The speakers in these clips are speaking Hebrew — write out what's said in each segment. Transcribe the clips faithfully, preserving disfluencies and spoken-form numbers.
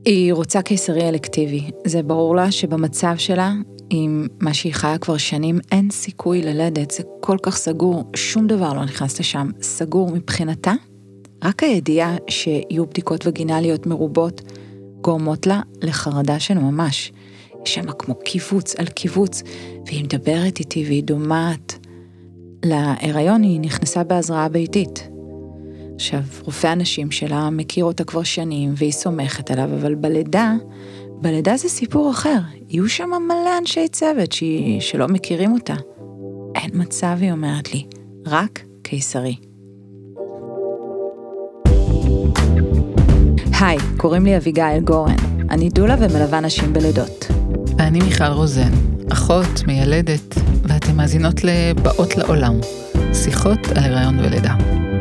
היא רוצה קיסרי אלקטיבי. זה ברור לה שבמצב שלה, עם מה שהיא חיה כבר שנים, אין סיכוי ללדת. זה כל כך סגור, שום דבר לא נכנס לשם. סגור מבחינתה. רק הידיעה שיהיו בדיקות וגינליות מרובות, גורמות לה לחרדה של ממש. יש שם כמו קיבוץ על קיבוץ, והיא מדברת איתי והיא דומעת. להיריון היא נכנסה בהזרעה ביתית. עכשיו, רופא הנשים שלה מכיר אותה כבר שנים, והיא סומכת עליו, אבל בלידה, בלידה זה סיפור אחר. יהיו שם מלא אנשי צוות ש... שלא מכירים אותה. אין מצב, היא אומרת לי, רק קיסרי. היי, קוראים לי אביגיל גורן. אני דולה ומלווה נשים בלידות. ואני מיכל רוזן, אחות, מיילדת, ואתם מאזינות לבאות לעולם. שיחות על הריון ולידה.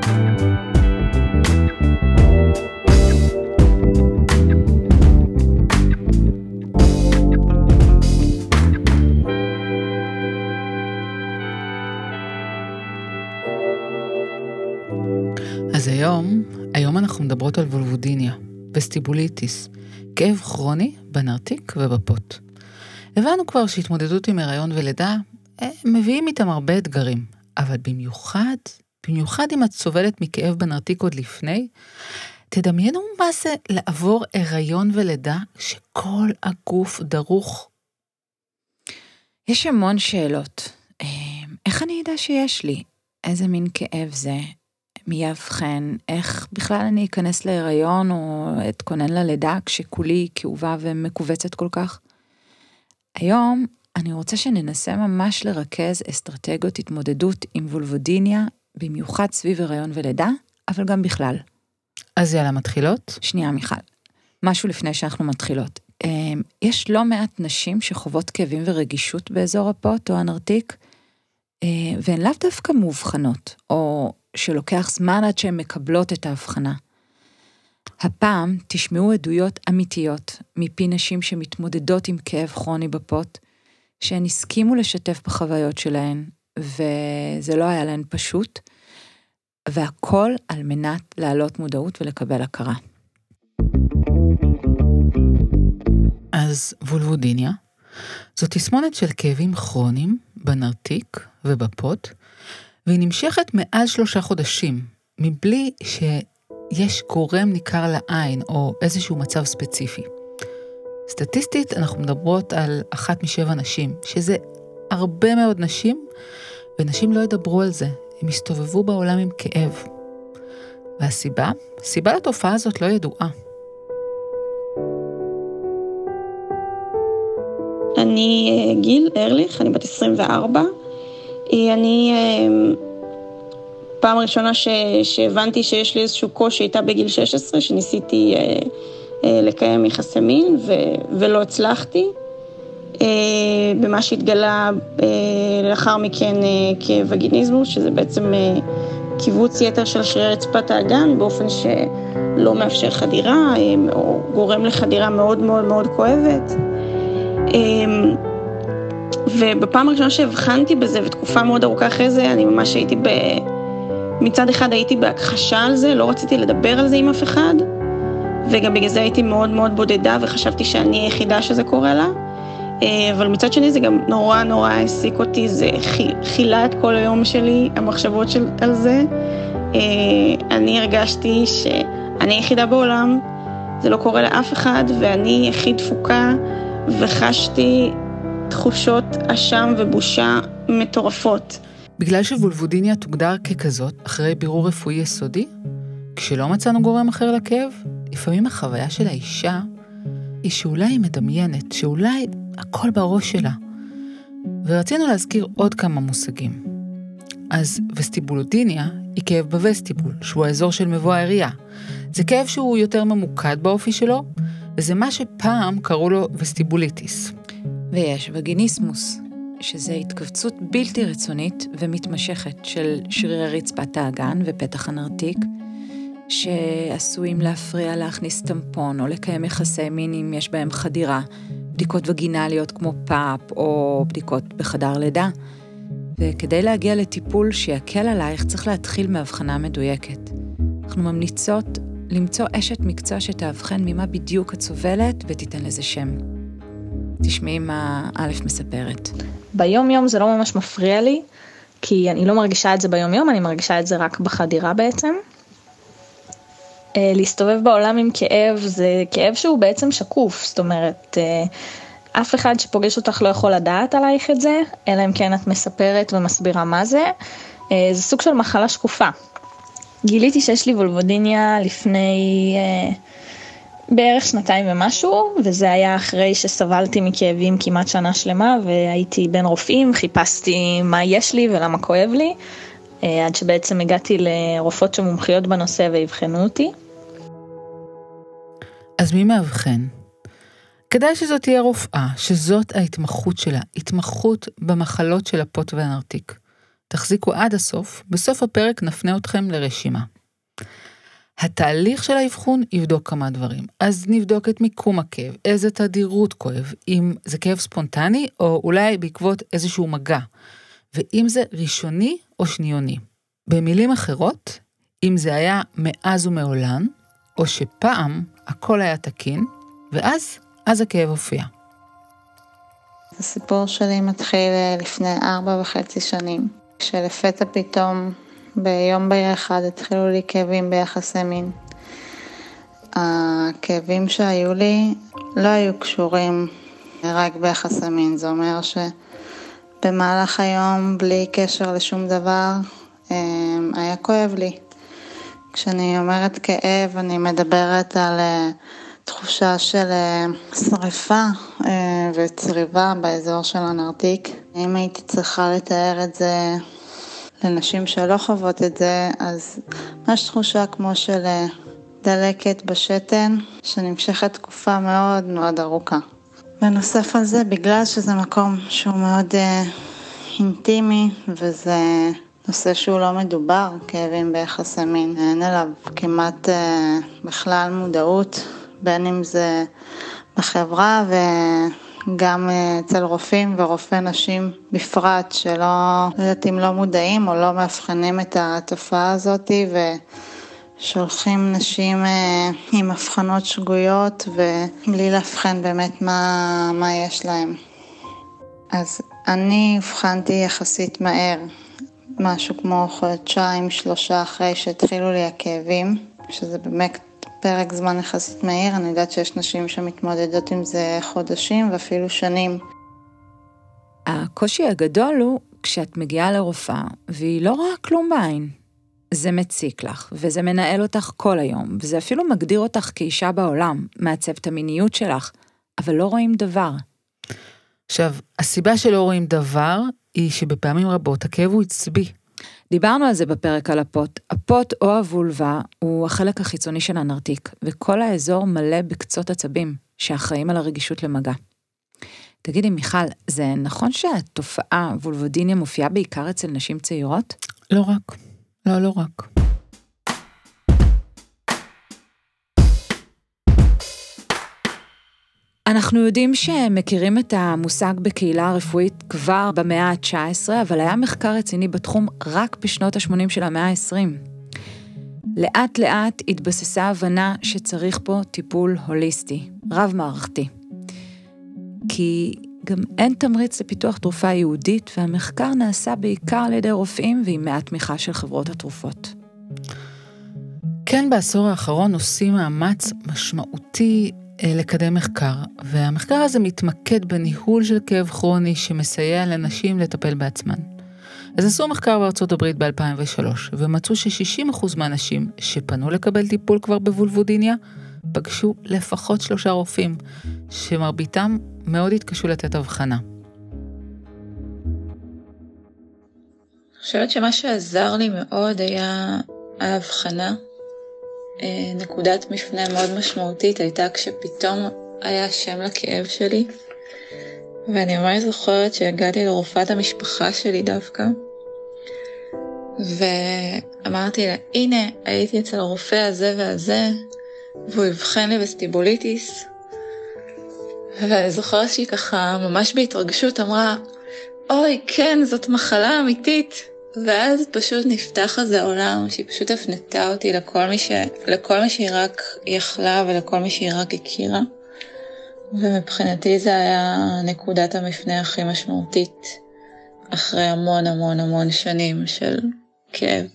אז היום, היום אנחנו מדברות על וולבודיניה, וסטיבוליטיס, כאב כרוני בנרתיק ובפות. הבנו כבר שהתמודדות עם הריון ולידה, מביאים איתם הרבה אתגרים, אבל במיוחד, במיוחד אם את סובלת מכאב בנרתיק עוד לפני, תדמיינו מה זה לעבור הריון ולידה שכל הגוף דרוך. יש המון שאלות. איך אני יודע שיש לי? איזה מין כאב זה? מי יאבחן? איך בכלל אני אכנס להיריון או אתכונן ללידה כשכולי כאובה ומקובצת כל כך? היום אני רוצה שננסה ממש לרכז אסטרטגיות התמודדות עם וולבודיניה, במיוחד סביב הריון ולידה, אבל גם בכלל. אז יאללה, מתחילות? שנייה, מיכל. משהו לפני שאנחנו מתחילות. יש לא מעט נשים שחוות כאבים ורגישות באזור הפות או הנרתיק, והן לאו דווקא מאובחנות, או שלוקח זמן עד שהן מקבלות את ההבחנה. הפעם תשמעו עדויות אמיתיות מפי נשים שמתמודדות עם כאב כרוני בפות, שהן הסכימו לשתף בחוויות שלהן, וזה לא היה להן פשוט, והכל על מנת להעלות מודעות ולקבל הכרה. אז וולבודיניה, זו תסמונת של כאבים כרוניים בנרתיק ובפות, והיא נמשכת מעל שלושה חודשים, מבלי שיש גורם ניכר לעין או איזשהו מצב ספציפי. סטטיסטית אנחנו מדברות על אחת משבע נשים, שזה הרבה מאוד נשים, ונשים לא ידברו על זה, הם הסתובבו בעולם עם כאב. והסיבה? הסיבה לתופעה הזאת לא ידועה. אני גיל ארליך, אני בת עשרים וארבע. אני, פעם ראשונה ש, שהבנתי שיש לי איזשהו קושי הייתה בגיל שש עשרה, שניסיתי לקיים יחסי מין ו, ולא הצלחתי. במה שהתגלה לאחר מכן כווגיניזמוס, שזה בעצם קיבוץ יתר של שרירי רצפת האגן, באופן שלא מאפשר חדירה, או גורם לחדירה מאוד מאוד מאוד כואבת. ובפעם הראשונה שהבחנתי בזה, ותקופה מאוד ארוכה אחרי זה, אני ממש הייתי ב... מצד אחד הייתי בהכחשה על זה, לא רציתי לדבר על זה עם אף אחד, וגם בגלל זה הייתי מאוד מאוד בודדה, וחשבתי שאני היחידה שזה קורה לה. אבל מצד שני זה גם נורא נורא העסיק אותי, זה חילה את כל היום שלי, המחשבות של... על זה. אני הרגשתי שאני היחידה בעולם, זה לא קורה לאף אחד, ואני הכי דפוקה, וחשתי תחושות אשם ובושה מטורפות. בגלל שוולבודיניה תוגדר ככזאת אחרי בירור רפואי יסודי, כשלא מצאנו גורם אחר לכאב, לפעמים החוויה של האישה היא שאולי היא מדמיינת, שאולי הכל בראש שלה. ורצינו להזכיר עוד כמה מושגים. אז וסטיבולודיניה היא כאב בווסטיבול, שהוא האזור של מבוא העירייה. זה כאב שהוא יותר ממוקד באופי שלו, וזה מה שפעם קראו לו וסטיבוליטיס. ויש וגיניסמוס, שזה התכווצות בלתי רצונית ומתמשכת של שרירי רצפת האגן ופתח הנרתיק, שעשויים להפריע להכניס טמפון או לקיים יחסי מין אם יש בהם חדירה, בדיקות וגינליות כמו פאפ או בדיקות בחדר לידה. וכדי להגיע לטיפול שיקל עלייך צריך להתחיל מהבחנה מדויקת. אנחנו ממליצות למצוא אשת מקצוע שתאבחן ממה בדיוק את סובלת ותיתן לזה שם. תשמעי מה א' מספרת. ביום יום זה לא ממש מפריע לי, כי אני לא מרגישה את זה ביום יום, אני מרגישה את זה רק בחדירה בעצם. להסתובב בעולם עם כאב, זה כאב שהוא בעצם שקוף, זאת אומרת, אף אחד שפוגש אותך לא יכול לדעת עלייך את זה, אלא אם כן את מספרת ומסבירה מה זה. זה סוג של מחלה שקופה. גיליתי שיש לי וולבודיניה לפני אה, בערך שנתיים ומשהו, וזה היה אחרי שסבלתי מכאבים כמעט שנה שלמה, והייתי בין רופאים, חיפשתי מה יש לי ולמה כואב לי, אה, עד שבעצם הגעתי לרופאות שמומחיות בנושא והבחנו אותי. אז מי מאבחן? כדאי שזאת תהיה רופאה, שזאת ההתמחות שלה, התמחות במחלות של הפות והנרתיק. תחזיקו עד הסוף, בסוף הפרק נפנה אתכם לרשימה. התהליך של האבחון יבדוק כמה דברים. אז נבדוק את מיקום הכאב, איזה תדירות כואב, אם זה כאב ספונטני או אולי בעקבות איזשהו מגע, ואם זה ראשוני או שניוני. במילים אחרות, אם זה היה מאז ומעולן, או שפעם הכל היה תקין, ואז, אז הכאב הופיע. הסיפור שלי מתחיל לפני ארבע וחצי שנים, כשלפתע פתאום ביום בהיר אחד התחילו לי כאבים ביחסי מין. הכאבים שהיו לי לא היו קשורים רק ביחסי מין, זה אומר שבמהלך היום בלי קשר לשום דבר היה כואב לי. כשאני אומרת כאב אני מדברת על תחושה של שריפה וצריבה באזור של הנרתיק. אם הייתי צריכה לתאר את זה לנשים שלא חוות את זה, אז ממש תחושה כמו של דלקת בשתן שנמשכת תקופה מאוד מאוד ארוכה. בנוסף על זה, בגלל שזה מקום שהוא מאוד אינטימי וזה נושא שהוא לא מדובר, כאבים ביחסי מין, אין אליו כמעט בכלל מודעות, בין אם זה בחברה וגם אצל רופאים ורופאי נשים בפרט, שלא יודעת אם לא מודעים או לא מאבחנים את התופעה הזאת ושולחים נשים עם הבחנות שגויות ובלי להבחן באמת מה, מה יש להם. אז אני הבחנתי יחסית מהר, משהו כמו חודשיים, שלושה אחרי שהתחילו לי הכאבים, שזה באמת פרק זמן יחסית מהיר. אני יודעת שיש נשים שמתמודדות עם זה חודשים ואפילו שנים. הקושי הגדול הוא כשאת מגיעה לרופאה והיא לא רואה כלום בעין. זה מציק לך וזה מנהל אותך כל היום, וזה אפילו מגדיר אותך כאישה בעולם, מעצב את המיניות שלך, אבל לא רואים דבר. עכשיו, הסיבה שלא רואים דבר היא שבפעמים רבות הכאב הוא עצבי. דיברנו על זה בפרק על הפות. הפות או הוולבה הוא החלק החיצוני של הנרתיק, וכל האזור מלא בקצות עצבים שאחראים על הרגישות למגע. תגידי מיכל, זה נכון שהתופעה וולבודיניה מופיעה בעיקר אצל נשים צעירות? לא רק, לא, לא רק. אנחנו יודעים שמכירים את המושג בקהילה הרפואית כבר במאה ה-תשע עשרה, אבל היה מחקר רציני בתחום רק בשנות ה-שמונים של המאה ה-עשרים. לאט לאט התבססה הבנה שצריך פה טיפול הוליסטי, רב-מערכתי. כי גם אין תמריץ לפיתוח תרופה יהודית, והמחקר נעשה בעיקר על ידי רופאים ועם מעט תמיכה של חברות התרופות. כן, בעשור האחרון עושים מאמץ משמעותי לקדם מחקר, והמחקר הזה מתמקד בניהול של כאב כרוני שמסייע לנשים לטפל בעצמן. אז עשו מחקר בארצות הברית ב-אלפיים ושלוש, ומצאו ש-שישים אחוז מהנשים שפנו לקבל טיפול כבר בוולבודיניה, פגשו לפחות שלושה רופאים, שמרביתם מאוד התקשו לתת הבחנה. אני חושבת שמה שעזר לי מאוד היה ההבחנה. נקודת מפנה מאוד משמעותית הייתה כשפתאום היה שם לכאב שלי, ואני ממש זוכרת שהגעתי לרופאת המשפחה שלי דווקא, ואמרתי לה, הנה, הייתי אצל הרופא הזה והזה, והוא הבחן לי בסטיבוליטיס, ואני זוכרת שהיא ככה ממש בהתרגשות אמרה, אוי כן, זאת מחלה אמיתית, ואז פשוט נפתח איזה עולם שהיא פשוט הפנתה אותי לכל מי, ש... לכל מי שהיא רק יכלה ולכל מי שהיא רק הכירה. ומבחינתי זה היה נקודת המפנה הכי משמעותית אחרי המון המון המון שנים של כאב.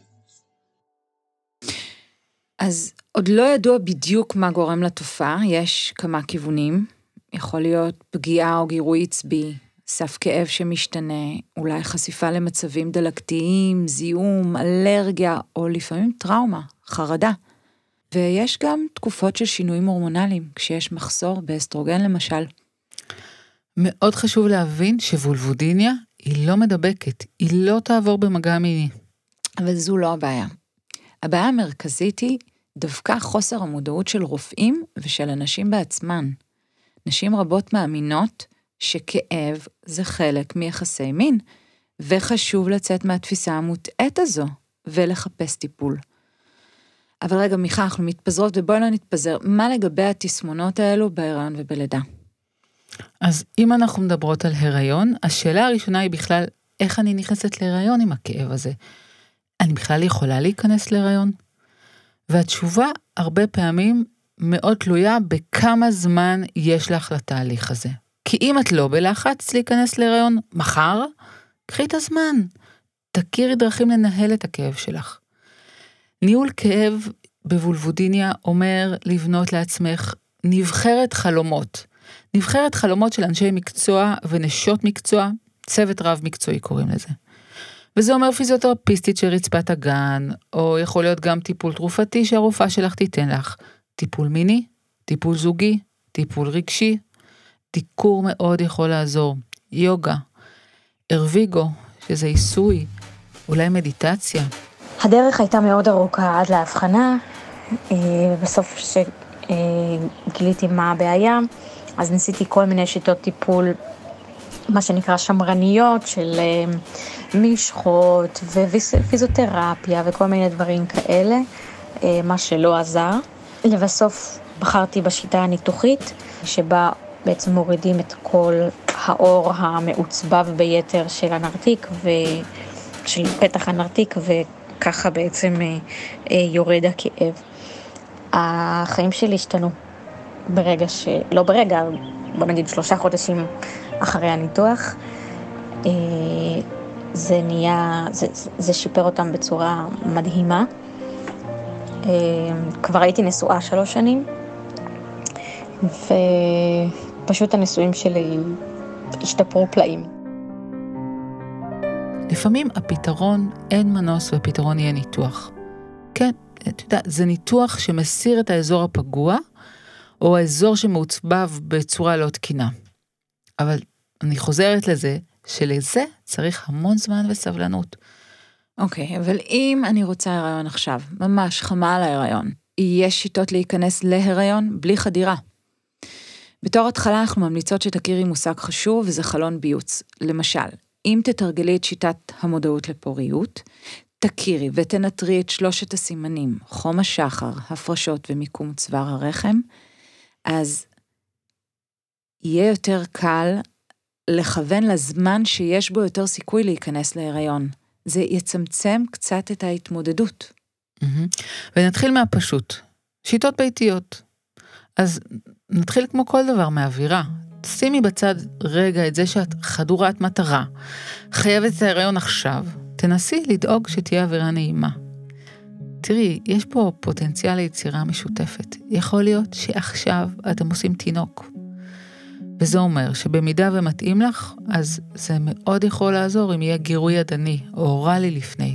אז עוד לא ידוע בדיוק מה גורם לתופעה, יש כמה כיוונים. יכול להיות פגיעה או גירוי עצבי, סף כאב שמשתנה, אולי חשיפה למצבים דלקתיים, זיהום, אלרגיה, או לפעמים טראומה, חרדה. ויש גם תקופות של שינויים הורמונליים, כשיש מחסור באסטרוגן למשל. מאוד חשוב להבין שוולבודיניה היא לא מדבקת, היא לא תעבור במגע מיני. אבל זו לא הבעיה. הבעיה המרכזית היא דווקא חוסר המודעות של רופאים ושל אנשים בעצמן. נשים רבות מאמינות שכאב זה חלק מיחסי מין, וחשוב לצאת מהתפיסה המוטעת הזו ולחפש טיפול. אבל רגע, מיכל, אנחנו מתפזרות ובואי לא נתפזר. מה לגבי התסמונות האלו בהיריון ובלידה? אז אם אנחנו מדברות על הריון, השאלה הראשונה היא בכלל, איך אני נכנסת להיריון עם הכאב הזה? אני בכלל יכולה להיכנס להיריון? והתשובה הרבה פעמים מאוד תלויה בכמה זמן יש לך לתהליך הזה. כי אם את לא בלחץ להיכנס להיריון מחר, קחי את הזמן. תכירי דרכים לנהל את הכאב שלך. ניהול כאב בוולבודיניה אומר לבנות לעצמך נבחרת חלומות. נבחרת חלומות של אנשי מקצוע ונשות מקצוע, צוות רב מקצועי קוראים לזה. וזה אומר פיזיותרפיסטית של רצפת הגן, או יכול להיות גם טיפול תרופתי שהרופאה שלך תיתן לך. טיפול מיני, טיפול זוגי, טיפול רגשי, דיקור מאוד יכול לעזור. יוגה, הרוויגו, שזה עיסוי, אולי מדיטציה. הדרך הייתה מאוד ארוכה עד להבחנה, בסוף שגיליתי מה הבעיה, אז ניסיתי כל מיני שיטות טיפול, מה שנקרא שמרניות, של משחות ופיזיותרפיה וכל מיני דברים כאלה, מה שלא עזר. לבסוף בחרתי בשיטה הניתוחית, שבה בעצם מורידים את כל האור המעוצבב ביתר של הנרתיק ושל פתח הנרתיק, וככה בעצם יורד הכאב. החיים שלי השתנו ברגע ש... לא ברגע, בוא נגיד שלושה חודשים אחרי הניתוח. זה נהיה, זה, זה שיפר אותם בצורה מדהימה. כבר הייתי נשואה שלוש שנים, ופשוט הנישואים שלי השתפרו פלאים. לפעמים הפתרון אין מנוס והפתרון יהיה ניתוח. כן, אתה יודע, זה ניתוח שמסיר את האזור הפגוע, או האזור שמעוצבב בצורה לא תקינה. אבל אני חוזרת לזה, שלזה צריך המון זמן וסבלנות. אוקיי, אבל אם אני רוצה הריון עכשיו, ממש חמה על ההיריון, יש שיטות להיכנס להיריון בלי חדירה. בתור התחלה אנחנו ממליצות שתכירי מושג חשוב, וזה חלון ביוץ. למשל, אם תתרגלי את שיטת המודעות לפוריות, תכירי ותנטרי את שלושת הסימנים, חום השחר, הפרשות ומיקום צוואר הרחם, אז יהיה יותר קל לכוון לזמן שיש בו יותר סיכוי להיכנס להיריון. זה יצמצם קצת את ההתמודדות. ונתחיל מהפשוט. שיטות ביתיות. אז נתחיל כמו כל דבר מהאווירה. שימי בצד רגע את זה שאת חדורת מטרה. חייבת את ההיריון עכשיו. תנסי לדאוג שתהיה אווירה נעימה. תראי, יש פה פוטנציאל ליצירה משותפת. יכול להיות שעכשיו אתם עושים תינוק. וזה אומר שבמידה ומתאים לך, אז זה מאוד יכול לעזור אם יהיה גירוי ידני או אוראלי לפני.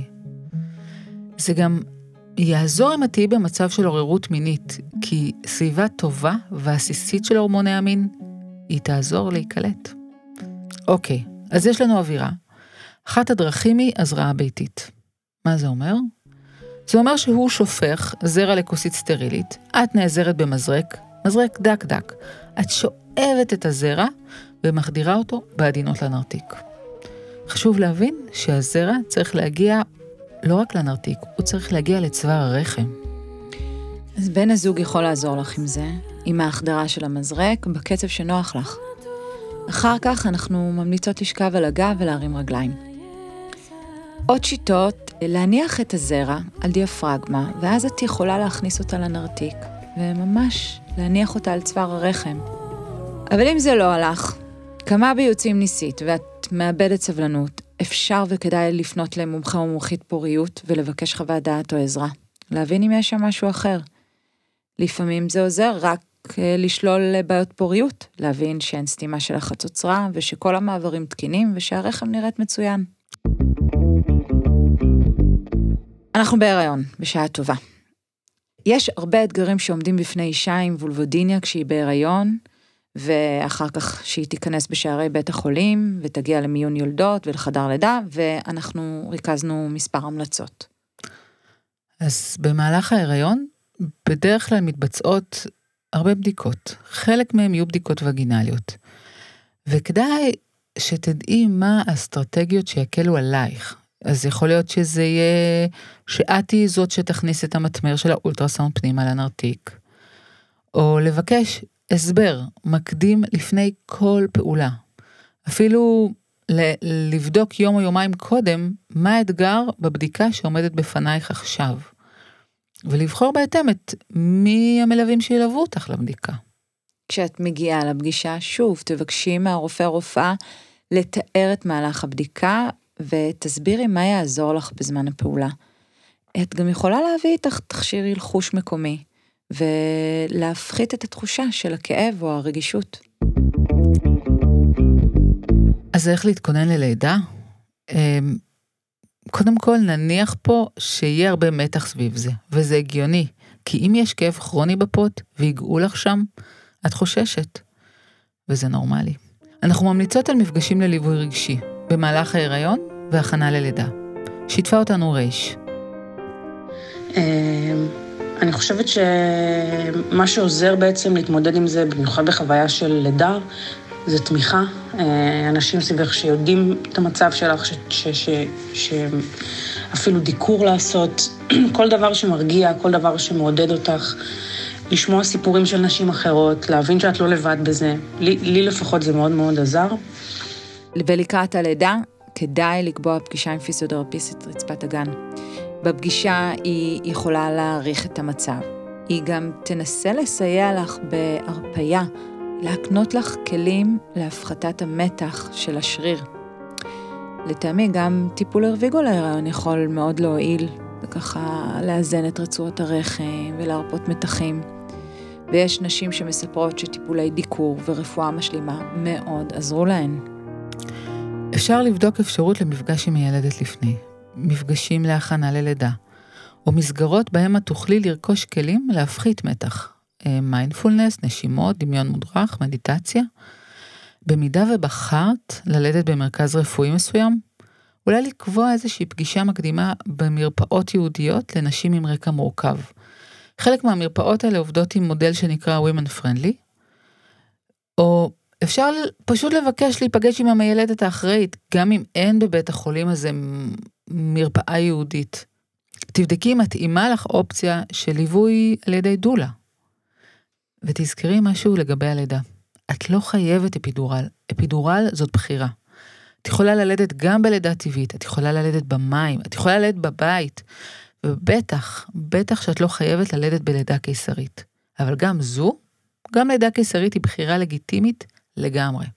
זה גם יעזור אם את תהיי במצב של עוררות מינית, כי סביבה טובה ועסיסית של הורמוני המין, היא תעזור להיקלט. אוקיי, אז יש לנו אווירה. אחת הדרכים היא הזרעה ביתית. מה זה אומר? זה אומר שהוא שופך זרע לכוסית סטרילית, את נעזרת במזרק, מזרק דק דק. את שואבת את הזרע ומחדירה אותו בעדינות לנרתיק. חשוב להבין שהזרע צריך להגיע לא רק לנרתיק, הוא צריך להגיע לצוואר הרחם. אז בן הזוג יכול לעזור לך עם זה, עם ההחדרה של המזרק, בקצב שנוח לך. אחר כך אנחנו ממליצות לשכב על הגב ולהרים רגליים. עוד שיטות, להניח את הזרע על דיאפרגמה, ואז את יכולה להכניס אותה לנרתיק, וממש להניח אותה על צוואר הרחם. אבל אם זה לא הלך, כמה ביוצאים ניסית ואת מאבדת סבלנות, אפשר וכדאי לפנות למומחה או מומחית פוריות ולבקש חוות דעת או עזרה. להבין אם יש שם משהו אחר. לפעמים זה עוזר רק לשלול בעיות פוריות, להבין שאין סתימה של החצוצרה ושכל המעברים תקינים ושהרחם נראית מצוין. אנחנו בהיריון, בשעה טובה. יש הרבה אתגרים שעומדים בפני אישה עם וולבודיניה כשהיא בהיריון, ואחר כך שהיא תיכנס בשערי בית החולים, ותגיע למיון יולדות ולחדר לידה, ואנחנו ריכזנו מספר המלצות. אז במהלך ההיריון, בדרך כלל מתבצעות הרבה בדיקות. חלק מהן יהיו בדיקות וגינליות. וכדאי שתדעי מה האסטרטגיות שיקלו עלייך. אז יכול להיות שזה יהיה, שאת היא זאת שתכניס את המטמר של האולטרסאונד פנימה לנרתיק. או לבקש הסבר מקדים לפני כל פעולה. אפילו לבדוק יום או יומיים קודם, מה האתגר בבדיקה שעומדת בפנייך עכשיו. ולבחור בהתאם את מי המלווים שילוו אותך לבדיקה. כשאת מגיעה לפגישה, שוב, תבקשי מהרופא רופאה לתאר את מהלך הבדיקה, ותסבירי מה יעזור לך בזמן הפעולה. את גם יכולה להביא איתך תכשיר הלחוש מקומי, ולהפחית את התחושה של הכאב או הרגישות. אז איך להתכונן ללידה? קודם כל נניח פה שיהיה הרבה מתח סביב זה, וזה הגיוני, כי אם יש כאב כרוני בפות ויגעו לך שם, את חוששת, וזה נורמלי. אנחנו ממליצות על מפגשים לליווי רגשי, במהלך ההיריון והכנה ללידה. שיתפה אותנו רייש. אני חושבת שמה שעוזר בעצם להתמודד עם זה, במיוחד בחוויה של לידה, זה תמיכה. אנשים סביבך שיודעים את המצב שלך, שאפילו דיקור לעשות, כל דבר שמרגיע, כל דבר שמעודד אותך, לשמוע סיפורים של נשים אחרות, להבין שאת לא לבד בזה. לי, לי לפחות זה מאוד מאוד עזר. ולקראת הלידה, כדאי לקבוע פגישה עם פיזיותרפיסטית רצפת הגן. בפגישה היא יכולה להעריך את המצב. היא גם תנסה לסייע לך בהרפיה, להקנות לך כלים להפחתת המתח של השריר. לטעמי גם טיפול הרוויגו להיריון יכול מאוד להועיל, וככה לאזן את רצועות הרחם ולהרפות מתחים. ויש נשים שמספרות שטיפולי דיקור ורפואה משלימה מאוד עזרו להן. אפשר לבדוק אפשרות למפגש עם הילדת לפני, מפגשים להכנה ללידה, או מסגרות בהם את תוכלי לרכוש כלים להפחית מתח, מיינדפולנס, נשימות, דמיון מודרך, מדיטציה. במידה ובחרת ללדת במרכז רפואי מסוים, אולי לקבוע איזושהי פגישה מקדימה במרפאות יהודיות לנשים עם רקע מורכב. חלק מהמרפאות האלה עובדות עם מודל שנקרא Women Friendly, או אפשר פשוט לבקש להיפגש עם המיילדת האחראית, גם אם אין בבית החולים הזה מרפאה יהודית. תבדקי אם מתאימה לך אופציה של ליווי על ידי דולה. ותזכרי משהו לגבי הלידה. את לא חייבת אפידורל. אפידורל זאת בחירה. את יכולה ללדת גם בלידה טבעית, את יכולה ללדת במים, את יכולה ללדת בבית, ובטח, בטח שאת לא חייבת ללדת בלידה קיסרית. אבל גם זו, גם לידה קיסרית היא בחירה לגיטימית לגמרי.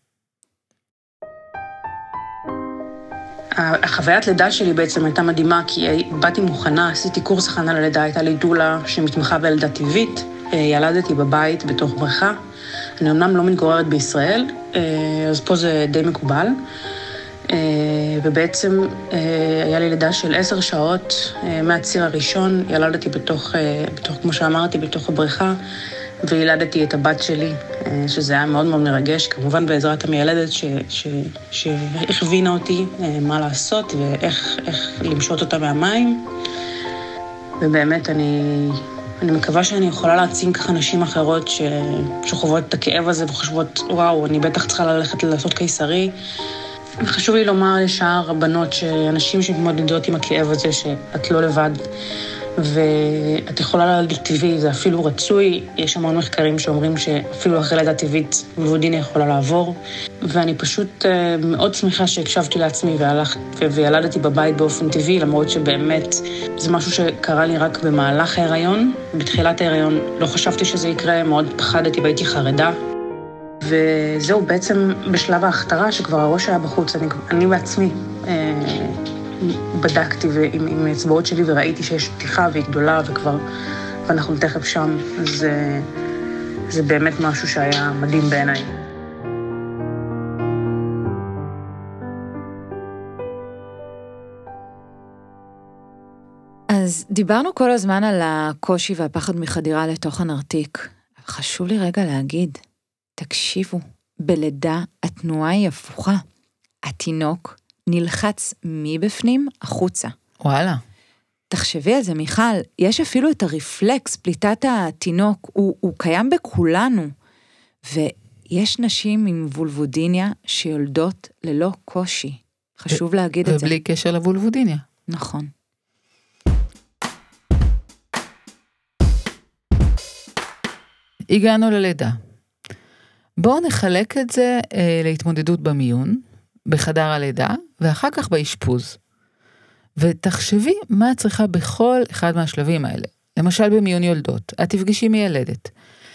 החוויית לידה שלי בעצם הייתה מדהימה, כי באתי מוכנה, עשיתי קורס הכנה ללידה, הייתה לי דולה שמתמחה בלידה טבעית, ילדתי בבית בתוך בריכה, אני אמנם לא מתגוררת בישראל, אז פה זה די מקובל, ובעצם היה לי לידה של עשר שעות, מהציר הראשון, ילדתי בתוך, בתוך, כמו שאמרתי, בתוך הבריכה, וילדתי את הבת שלי, שזה היה מאוד מאוד מרגש, כמובן בעזרת המיילדת ש, ש, שהכווינה אותי מה לעשות ואיך איך למשות אותה מהמים. ובאמת אני, אני מקווה שאני יכולה להעצים ככה נשים אחרות ש, שחוות את הכאב הזה וחושבות, וואו, אני בטח צריכה ללכת לעשות קיסרי. חשוב לי לומר לשאר הבנות שאנשים שמתמודדות עם הכאב הזה, שאת לא לבד, ואת יכולה ללדת טבעי, זה אפילו רצוי, יש המון מחקרים שאומרים שאפילו אחרי לידה טבעית וולבודיניה יכולה לעבור, ואני פשוט מאוד שמחה שהקשבתי לעצמי והלכת, וילדתי בבית באופן טבעי, למרות שבאמת זה משהו שקרה לי רק במהלך ההיריון, בתחילת ההיריון לא חשבתי שזה יקרה, מאוד פחדתי והייתי חרדה, וזהו בעצם בשלב ההכתרה שכבר הראש היה בחוץ, אני, אני בעצמי אה, בדקתי עם, עם האצבעות שלי וראיתי שיש פתיחה והיא גדולה וכבר, ואנחנו תכף שם, אז אה, זה באמת משהו שהיה מדהים בעיניי. אז דיברנו כל הזמן על הקושי והפחד מחדירה לתוך הנרתיק. חשוב לי רגע להגיד, תקשיבו, בלידה התנועה היא הפוכה. התינוק נלחץ מבפנים החוצה. וואלה. תחשבי על זה, מיכל, יש אפילו את הרפלקס, פליטת התינוק, הוא, הוא קיים בכולנו. ויש נשים עם וולבודיניה שיולדות ללא קושי. חשוב להגיד את זה. ובלי קשר לוולבודיניה. נכון. הגענו ללידה. בואו נחלק את זה אה, להתמודדות במיון, בחדר הלידה, ואחר כך באשפוז. ותחשבי מה את צריכה בכל אחד מהשלבים האלה. למשל במיון יולדות, את תפגשי מילדת.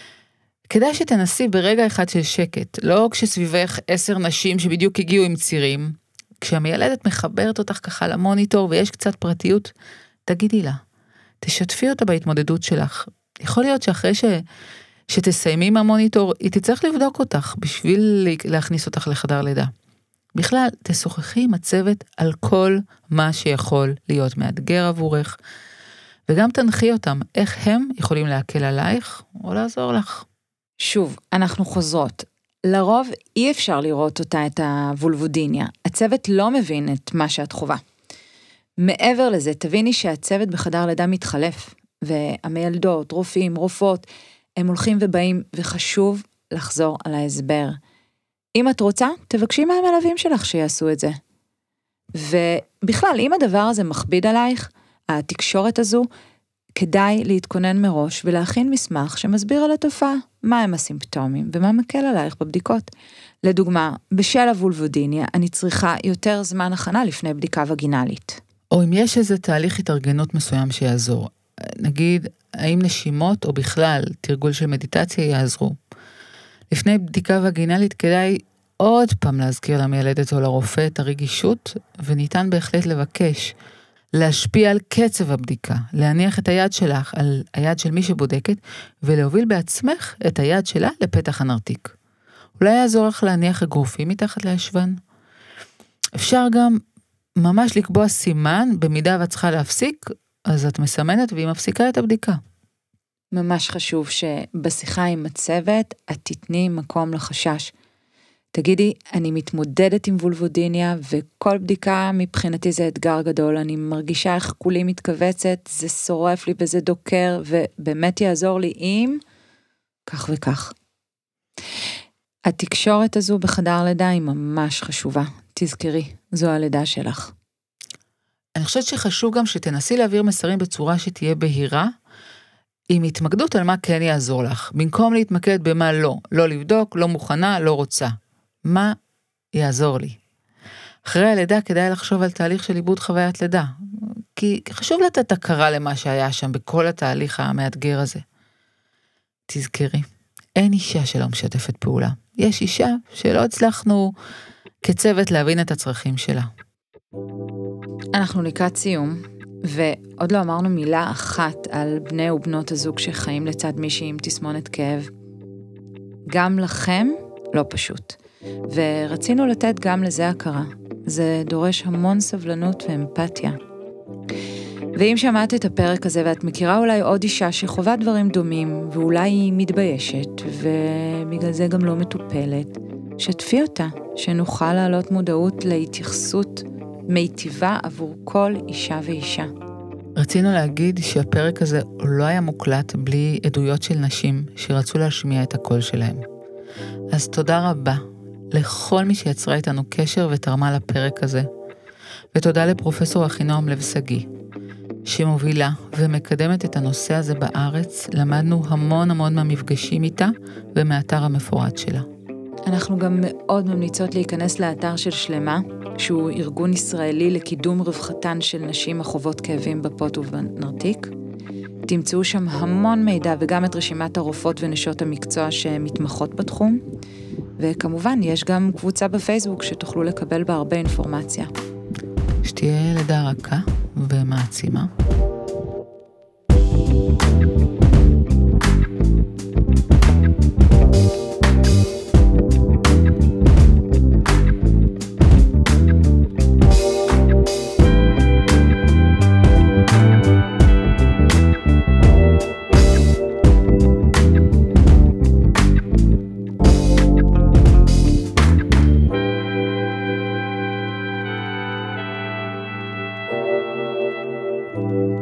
כדאי שתנסי ברגע אחד של שקט, לא כשסביבך עשר נשים שבדיוק הגיעו עם צירים, כשהמילדת מחברת אותך ככה למוניטור ויש קצת פרטיות, תגידי לה, תשתפי אותה בהתמודדות שלך. יכול להיות שאחרי ש... שתסיימי עם המוניטור, היא תצטרך לבדוק אותך בשביל להכניס אותך לחדר לידה. בכלל, תשוחחי עם הצוות על כל מה שיכול להיות מאתגר עבורך, וגם תנחי אותם איך הם יכולים להקל עלייך או לעזור לך. שוב, אנחנו חוזרות. לרוב אי אפשר לראות אותה, את הוולבודיניה. הצוות לא מבין את מה שאת חובה. מעבר לזה, תביני שהצוות בחדר לידה מתחלף, והמיילדות, רופאים, רופאות, הם הולכים ובאים, וחשוב לחזור על ההסבר. אם את רוצה, תבקשי מהמלווים שלך שיעשו את זה. ובכלל, אם הדבר הזה מכביד עלייך, התקשורת הזו, כדאי להתכונן מראש ולהכין מסמך שמסביר על התופעה, מה הם הסימפטומים ומה מקל עלייך בבדיקות. לדוגמה, בשל הוולבודיניה, אני צריכה יותר זמן הכנה לפני בדיקה וגינלית. או אם יש איזה תהליך התארגנות מסוים שיעזור. נגיד, האם נשימות או בכלל תרגול של מדיטציה יעזרו. לפני בדיקה וגינלית כדאי עוד פעם להזכיר למילדת או לרופא את הרגישות, וניתן בהחלט לבקש להשפיע על קצב הבדיקה, להניח את היד שלך על היד של מי שבודקת, ולהוביל בעצמך את היד שלה לפתח הנרתיק. אולי יעזור לך להניח אגרופים מתחת לישבן. אפשר גם ממש לקבוע סימן, במידה ואת צריכה להפסיק, אז את מסמנת והיא מפסיקה את הבדיקה. ממש חשוב שבשיחה עם הצוות, את תתני מקום לחשש. תגידי, אני מתמודדת עם וולבודיניה, וכל בדיקה מבחינתי זה אתגר גדול, אני מרגישה איך כולי מתכווצת, זה שורף לי וזה דוקר, ובאמת יעזור לי אם כך וכך. התקשורת הזו בחדר לידה היא ממש חשובה, תזכרי, זו הלידה שלך. אני חושבת שחשוב גם שתנסי להעביר מסרים בצורה שתהיה בהירה, עם התמקדות על מה כן יעזור לך, במקום להתמקד במה לא, לא לבדוק, לא מוכנה, לא רוצה. מה יעזור לי? אחרי הלידה כדאי לחשוב על תהליך של עיבוד חוויית לידה, כי חשוב לתת הכרה למה שהיה שם בכל התהליך המאתגר הזה. תזכרי, אין אישה שלא משתפת פעולה. יש אישה שלא הצלחנו כצוות להבין את הצרכים שלה. אנחנו לקראת סיום, ועוד לא אמרנו מילה אחת על בני ובנות הזוג שחיים לצד מישהי עם תסמונת כאב. גם לכם לא פשוט. ורצינו לתת גם לזה הכרה. זה דורש המון סבלנות ואמפתיה. ואם שמעת את הפרק הזה ואת מכירה אולי עוד אישה שחווה דברים דומים, ואולי היא מתביישת, ובגלל זה גם לא מטופלת, שתפי אותה, שנוכל להעלות מודעות להתייחסות מיטיבה עבור כל אישה ואישה. רצינו להגיד שהפרק הזה לא היה מוקלט בלי עדויות של נשים שרצו להשמיע את הקול שלהם. אז תודה רבה לכל מי שיצרה איתנו קשר ותרמה לפרק הזה. ותודה לפרופסור אחינועם לב שגיא. שמובילה ומקדמת את הנושא הזה בארץ. למדנו המון המון מהמפגשים איתה ומהאתר המפורט שלה. אנחנו גם מאוד ממליצות להיכנס לאתר של שלמה, שהוא ארגון ישראלי לקידום רווחתן של נשים החוות כאבים בפות ובנרתיק. תמצאו שם המון מידע וגם את רשימת הרופאות ונשות המקצוע שמתמחות בתחום. וכמובן, יש גם קבוצה בפייסבוק שתוכלו לקבל בה הרבה אינפורמציה. שתהיה לידה רכה ומעצימה. Thank you.